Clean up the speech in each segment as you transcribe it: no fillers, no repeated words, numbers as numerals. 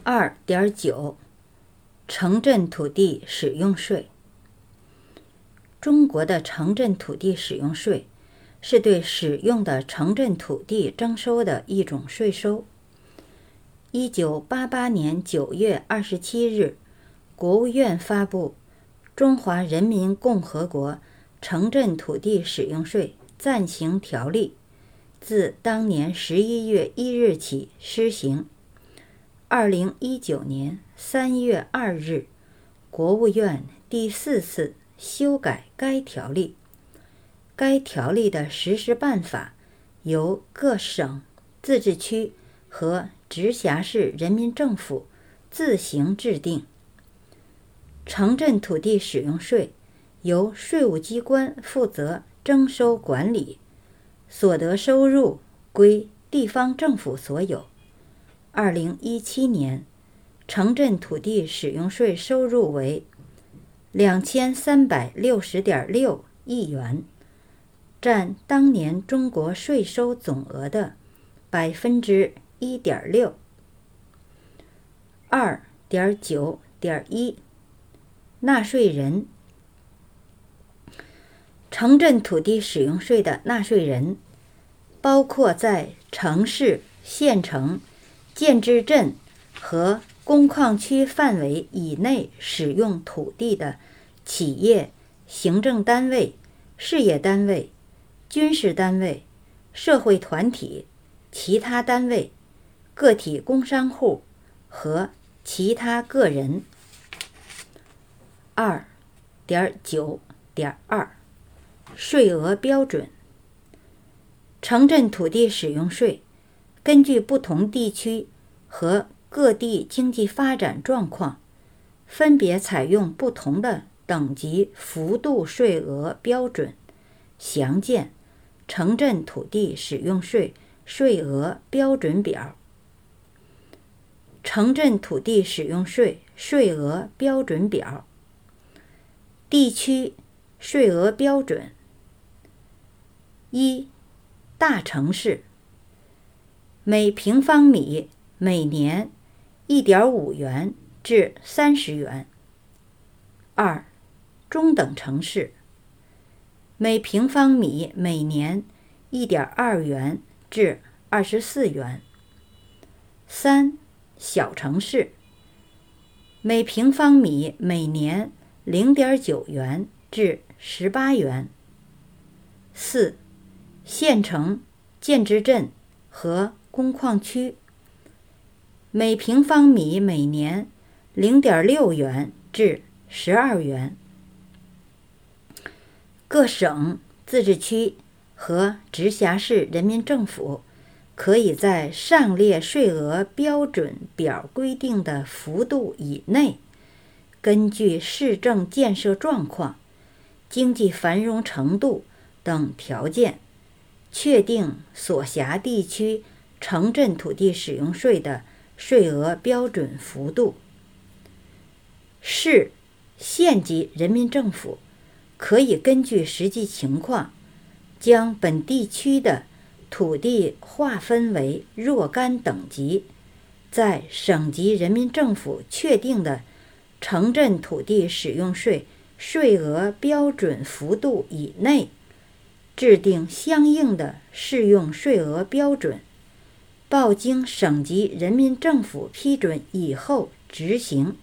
2.9 城镇土地使用税。中国的城镇土地使用税是对使用的城镇土地征收的一种税收。1988年9月27日，国务院发布《中华人民共和国城镇土地使用税暂行条例》，自当年11月1日起施行。2019年3月2日，国务院第4次修改该条例。该条例的实施办法由各省、自治区和直辖市人民政府自行制定。城镇土地使用税由税务机关负责征收管理，所得收入归地方政府所有。2017年，城镇土地使用税收入为2360.6亿元，占当年中国税收总额的1.6%。2.9.1 纳税人。城镇土地使用税的纳税人包括在城市、县城、建制镇和工矿区范围以内使用土地的企业、行政单位、事业单位、军事单位、社会团体、其他单位、个体工商户和其他个人。2.9.2 税额标准。城镇土地使用税根据不同地区和各地经济发展状况，分别采用不同的等级幅度税额标准，详见《城镇土地使用税税额标准表》。城镇土地使用税税额标准表。地区税额标准。1. 大城市，每平方米每年1.5元至30元。2. 中等城市，每平方米每年1.2元至24元。3. 小城市，每平方米每年0.9元至18元。4. 县城、建制镇和工矿区，每平方米每年0.6元至12元。各省、自治区和直辖市人民政府可以在上列税额标准表规定的幅度以内，根据市政建设状况、经济繁荣程度等条件，确定所辖地区城镇土地使用税的税额标准幅度。市、县级人民政府可以根据实际情况，将本地区的土地划分为若干等级，在省级人民政府确定的城镇土地使用税税额标准幅度以内，制定相应的适用税额标准，报经省级人民政府批准以后执行。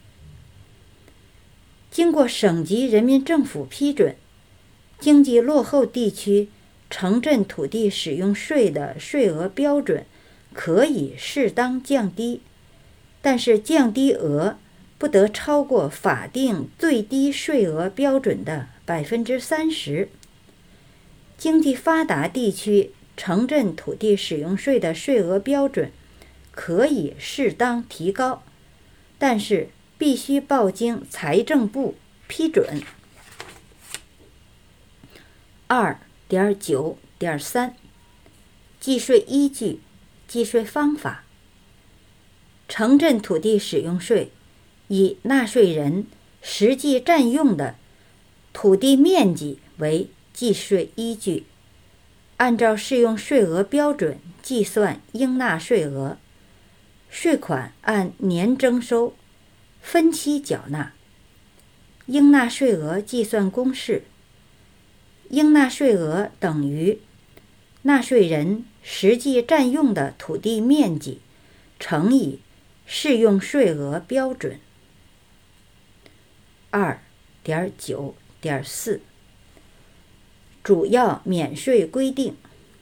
经过省级人民政府批准，经济落后地区城镇土地使用税的税额标准可以适当降低，但是降低额不得超过法定最低税额标准的30%。经济发达地区城镇土地使用税的税额标准可以适当提高，但是必须报经财政部批准。2.9.3 计税依据、计税方法。城镇土地使用税以纳税人实际占用的土地面积为计税依据，按照适用税额标准计算应纳税额。 税款按年征收，分期缴纳。应纳税额计算公式：应纳税额等于纳税人实际占用的土地面积乘以适用税额标准。2.9.4 主要免税规定：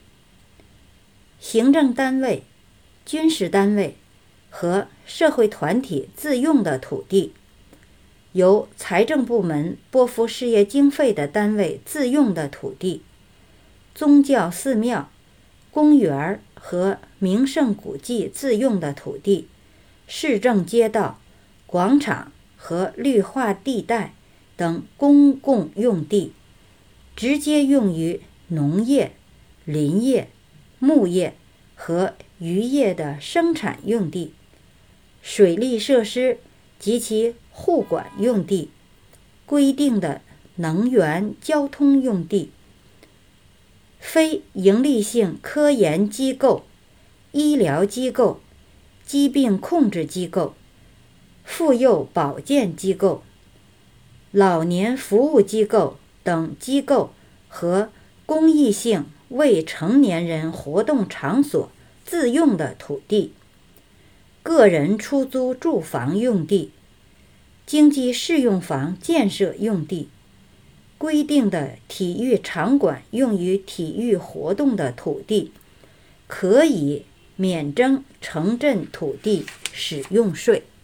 行政单位、军事单位和社会团体自用的土地，由财政部门拨付事业经费的单位自用的土地，宗教寺庙、公园和名胜古迹自用的土地，市政街道、广场和绿化地带等公共用地，直接用于农业、林业、牧业和渔业的生产用地，水利设施及其护管用地，规定的能源交通用地，非营利性科研机构、医疗机构、疾病控制机构、妇幼保健机构、老年服务机构等机构和公益性未成年人活动场所自用的土地，个人出租住房用地、经济适用房建设用地，规定的体育场馆用于体育活动的土地，可以免征城镇土地使用税。